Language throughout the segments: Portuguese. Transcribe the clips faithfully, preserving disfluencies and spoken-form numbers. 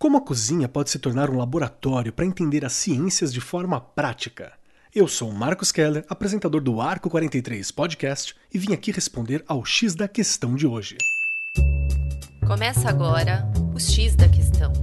Como a cozinha pode se tornar um laboratório para entender as ciências de forma prática? Eu sou o Marcos Keller, apresentador do Arco quarenta e três Podcast, e vim aqui responder ao X da Questão de hoje. Começa agora o X da Questão.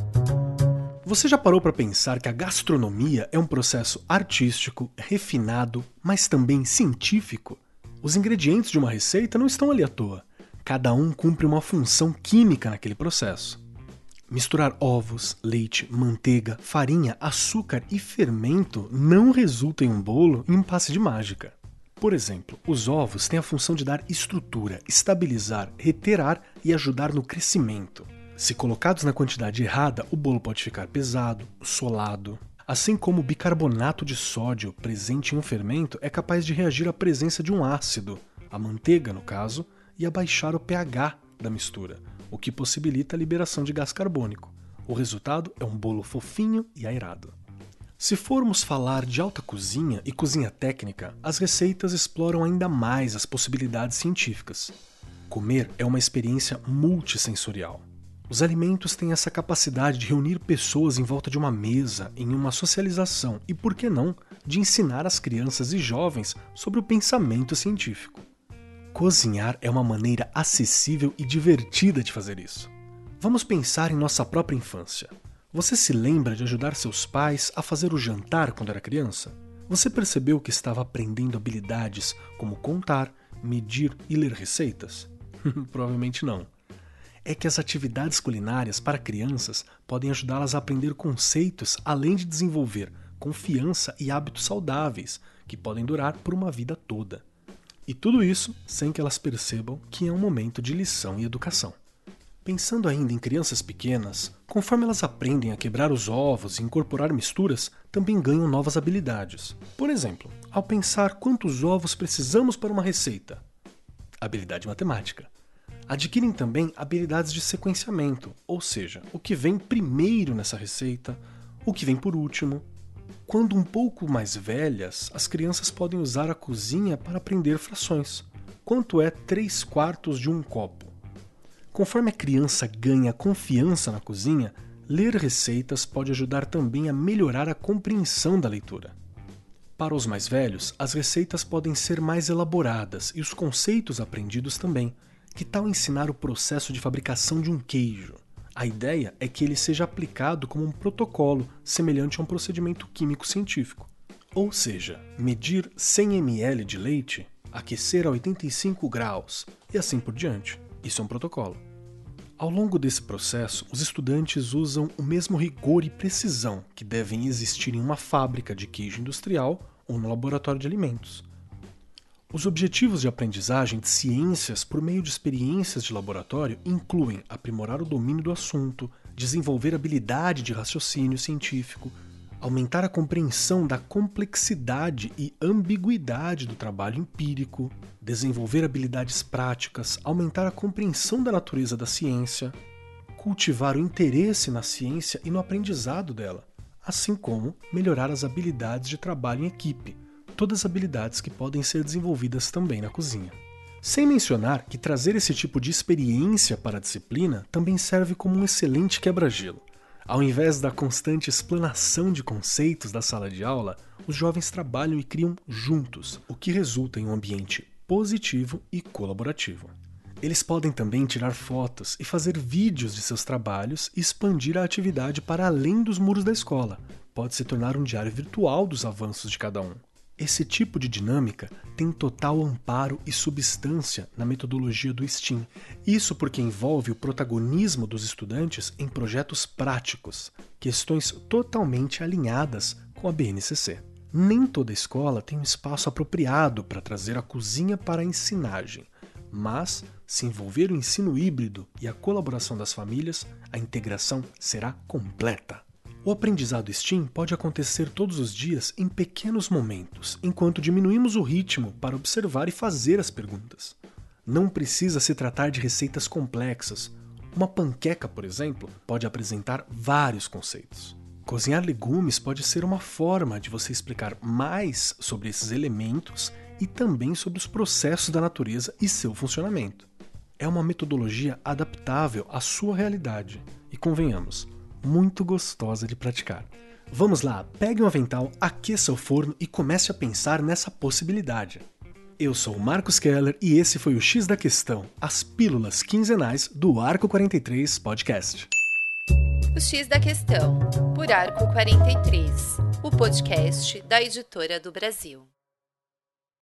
Você já parou para pensar que a gastronomia é um processo artístico, refinado, mas também científico? Os ingredientes de uma receita não estão ali à toa. Cada um cumpre uma função química naquele processo. Misturar ovos, leite, manteiga, farinha, açúcar e fermento não resulta em um bolo em um passe de mágica. Por exemplo, os ovos têm a função de dar estrutura, estabilizar, reter ar e ajudar no crescimento. Se colocados na quantidade errada, o bolo pode ficar pesado, solado. Assim como o bicarbonato de sódio presente em um fermento é capaz de reagir à presença de um ácido, a manteiga no caso, e abaixar o pH da mistura, o que possibilita a liberação de gás carbônico. O resultado é um bolo fofinho e aerado. Se formos falar de alta cozinha e cozinha técnica, as receitas exploram ainda mais as possibilidades científicas. Comer é uma experiência multissensorial. Os alimentos têm essa capacidade de reunir pessoas em volta de uma mesa, em uma socialização e, por que não, de ensinar as crianças e jovens sobre o pensamento científico. Cozinhar é uma maneira acessível e divertida de fazer isso. Vamos pensar em nossa própria infância. Você se lembra de ajudar seus pais a fazer o jantar quando era criança? Você percebeu que estava aprendendo habilidades como contar, medir e ler receitas? Provavelmente não. É que as atividades culinárias para crianças podem ajudá-las a aprender conceitos além de desenvolver confiança e hábitos saudáveis que podem durar por uma vida toda. E tudo isso sem que elas percebam que é um momento de lição e educação. Pensando ainda em crianças pequenas, conforme elas aprendem a quebrar os ovos e incorporar misturas, também ganham novas habilidades. Por exemplo, ao pensar quantos ovos precisamos para uma receita, habilidade matemática. Adquirem também habilidades de sequenciamento, ou seja, o que vem primeiro nessa receita, o que vem por último. Quando um pouco mais velhas, as crianças podem usar a cozinha para aprender frações. Quanto é três quartos de um copo? Conforme a criança ganha confiança na cozinha, ler receitas pode ajudar também a melhorar a compreensão da leitura. Para os mais velhos, as receitas podem ser mais elaboradas e os conceitos aprendidos também. Que tal ensinar o processo de fabricação de um queijo? A ideia é que ele seja aplicado como um protocolo, semelhante a um procedimento químico científico. Ou seja, medir cem mililitros de leite, aquecer a oitenta e cinco graus e assim por diante. Isso é um protocolo. Ao longo desse processo, os estudantes usam o mesmo rigor e precisão que devem existir em uma fábrica de queijo industrial ou no laboratório de alimentos. Os objetivos de aprendizagem de ciências por meio de experiências de laboratório incluem aprimorar o domínio do assunto, desenvolver habilidade de raciocínio científico, aumentar a compreensão da complexidade e ambiguidade do trabalho empírico, desenvolver habilidades práticas, aumentar a compreensão da natureza da ciência, cultivar o interesse na ciência e no aprendizado dela, assim como melhorar as habilidades de trabalho em equipe, todas habilidades que podem ser desenvolvidas também na cozinha. Sem mencionar que trazer esse tipo de experiência para a disciplina também serve como um excelente quebra-gelo. Ao invés da constante explanação de conceitos da sala de aula, os jovens trabalham e criam juntos, o que resulta em um ambiente positivo e colaborativo. Eles podem também tirar fotos e fazer vídeos de seus trabalhos e expandir a atividade para além dos muros da escola. Pode se tornar um diário virtual dos avanços de cada um. Esse tipo de dinâmica tem total amparo e substância na metodologia do STEAM. Isso porque envolve o protagonismo dos estudantes em projetos práticos, questões totalmente alinhadas com a B N C C. Nem toda escola tem um espaço apropriado para trazer a cozinha para a ensinagem, mas, se envolver o ensino híbrido e a colaboração das famílias, a integração será completa. O aprendizado STEAM pode acontecer todos os dias em pequenos momentos, enquanto diminuímos o ritmo para observar e fazer as perguntas. Não precisa se tratar de receitas complexas. Uma panqueca, por exemplo, pode apresentar vários conceitos. Cozinhar legumes pode ser uma forma de você explicar mais sobre esses elementos e também sobre os processos da natureza e seu funcionamento. É uma metodologia adaptável à sua realidade. E convenhamos, muito gostosa de praticar. Vamos lá, pegue um avental, aqueça o forno e comece a pensar nessa possibilidade. Eu sou o Marcos Keller e esse foi o X da Questão, as pílulas quinzenais do Arco quarenta e três Podcast. O X da Questão, por Arco quarenta e três, o podcast da Editora do Brasil.